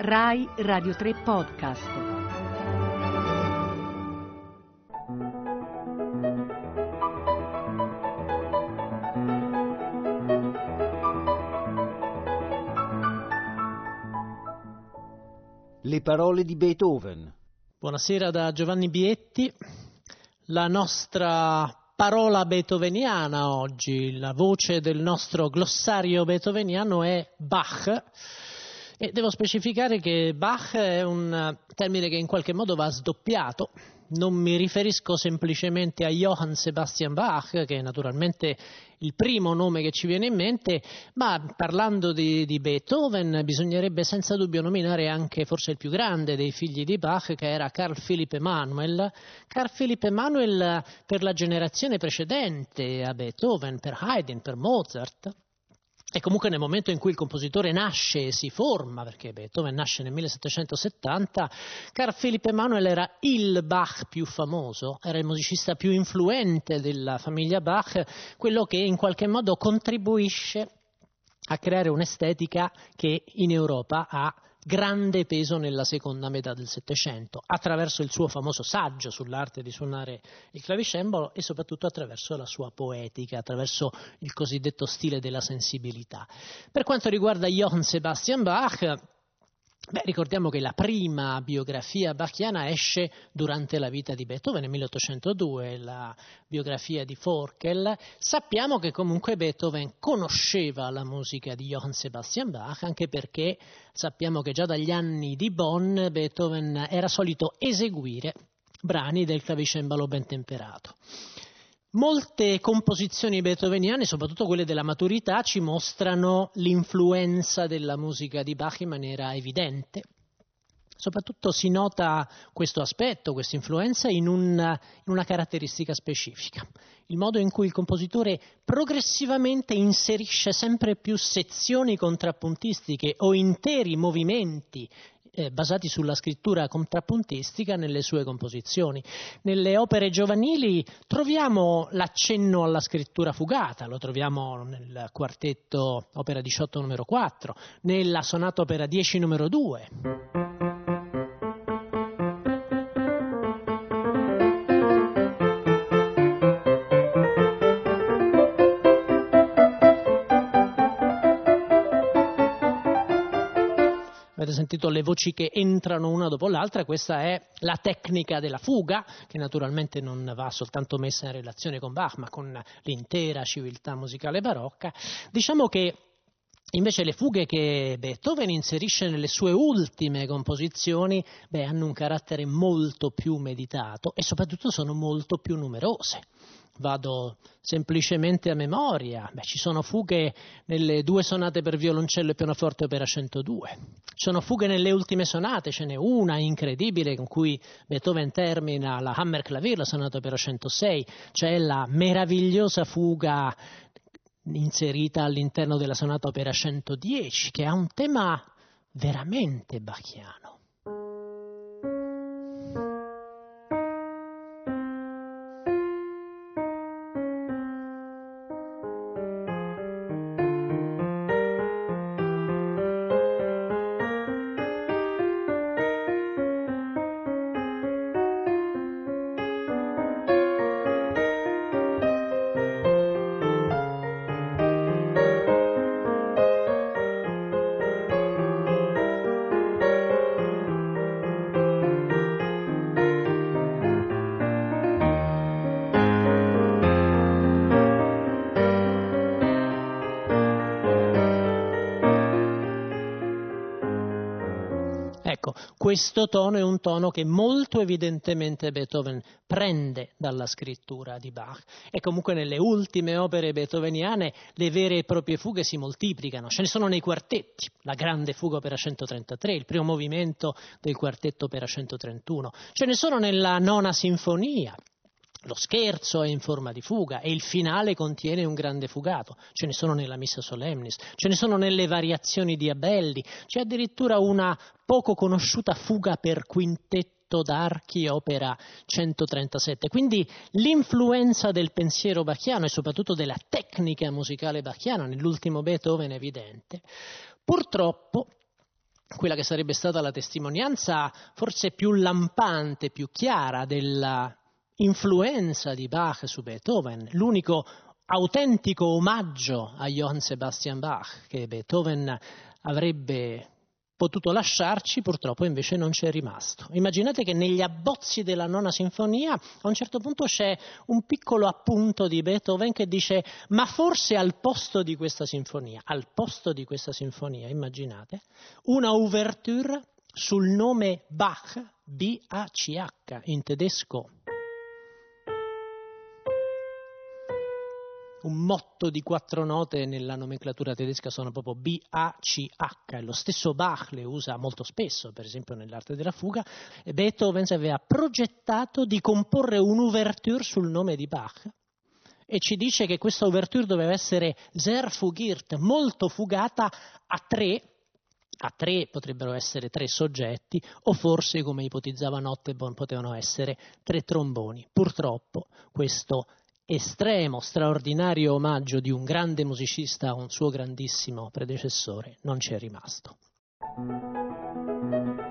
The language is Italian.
Rai Radio 3 Podcast. Le parole di Beethoven. Buonasera da Giovanni Bietti. La nostra parola beethoveniana oggi, la voce del nostro glossario beethoveniano è Bach. E devo specificare che Bach è un termine che in qualche modo va sdoppiato. Non mi riferisco semplicemente a Johann Sebastian Bach, che è naturalmente il primo nome che ci viene in mente, ma parlando di Beethoven bisognerebbe senza dubbio nominare anche forse il più grande dei figli di Bach, che era Carl Philipp Emanuel. Carl Philipp Emanuel per la generazione precedente a Beethoven, per Haydn, per Mozart. E comunque nel momento in cui il compositore nasce e si forma, perché Beethoven nasce nel 1770, Carl Philipp Emanuel era il Bach più famoso, era il musicista più influente della famiglia Bach, quello che in qualche modo contribuisce a creare un'estetica che in Europa ha grande peso nella seconda metà del Settecento, attraverso il suo famoso saggio sull'arte di suonare il clavicembalo e soprattutto attraverso la sua poetica, attraverso il cosiddetto stile della sensibilità. Per quanto riguarda Johann Sebastian Bach, ricordiamo che la prima biografia bachiana esce durante la vita di Beethoven nel 1802, la biografia di Forkel. Sappiamo che comunque Beethoven conosceva la musica di Johann Sebastian Bach, anche perché sappiamo che già dagli anni di Bonn Beethoven era solito eseguire brani del clavicembalo ben temperato. Molte composizioni beethoveniane, soprattutto quelle della maturità, ci mostrano l'influenza della musica di Bach in maniera evidente. Soprattutto si nota questo aspetto, questa influenza in una caratteristica specifica. Il modo in cui il compositore progressivamente inserisce sempre più sezioni contrappuntistiche o interi movimenti basati sulla scrittura contrappuntistica nelle sue composizioni. Nelle opere giovanili troviamo l'accenno alla scrittura fugata, lo troviamo nel quartetto opera 18 numero 4, nella sonata opera 10 numero 2. Avete sentito le voci che entrano una dopo l'altra, questa è la tecnica della fuga, che naturalmente non va soltanto messa in relazione con Bach, ma con l'intera civiltà musicale barocca. Diciamo che invece le fughe che Beethoven inserisce nelle sue ultime composizioni hanno un carattere molto più meditato e soprattutto sono molto più numerose. Vado semplicemente a memoria. Ci sono fughe nelle due sonate per violoncello e pianoforte opera 102. Ci sono fughe nelle ultime sonate, ce n'è una incredibile con cui Beethoven termina la Hammerklavier, la sonata opera 106, c'è la meravigliosa fuga inserita all'interno della sonata opera 110, che ha un tema veramente bachiano. Questo tono è un tono che molto evidentemente Beethoven prende dalla scrittura di Bach e comunque nelle ultime opere beethoveniane le vere e proprie fughe si moltiplicano, ce ne sono nei quartetti, la grande fuga opera 133, il primo movimento del quartetto opera 131, ce ne sono nella nona sinfonia. Lo scherzo è in forma di fuga e il finale contiene un grande fugato, ce ne sono nella Missa Solemnis, ce ne sono nelle variazioni di Abelli, c'è addirittura una poco conosciuta fuga per quintetto d'archi, opera 137. Quindi l'influenza del pensiero bachiano e soprattutto della tecnica musicale bachiana nell'ultimo Beethoven è evidente. Purtroppo quella che sarebbe stata la testimonianza forse più lampante, più chiara della influenza di Bach su Beethoven, l'unico autentico omaggio a Johann Sebastian Bach che Beethoven avrebbe potuto lasciarci, purtroppo invece non c'è rimasto. Immaginate che negli abbozzi della Nona Sinfonia a un certo punto c'è un piccolo appunto di Beethoven che dice: ma forse al posto di questa sinfonia, immaginate, una ouverture sul nome Bach, B-A-C-H, in tedesco. Un motto di 4 note nella nomenclatura tedesca sono proprio B-A-C-H, e lo stesso Bach le usa molto spesso, per esempio nell'arte della fuga, e Beethoven aveva progettato di comporre un'ouverture sul nome di Bach e ci dice che questa ouverture doveva essere sehr fugiert, molto fugata a tre, potrebbero essere 3 soggetti, o forse, come ipotizzava Nottebohm, potevano essere 3 tromboni. Purtroppo questo estremo, straordinario omaggio di un grande musicista a un suo grandissimo predecessore non ci è rimasto.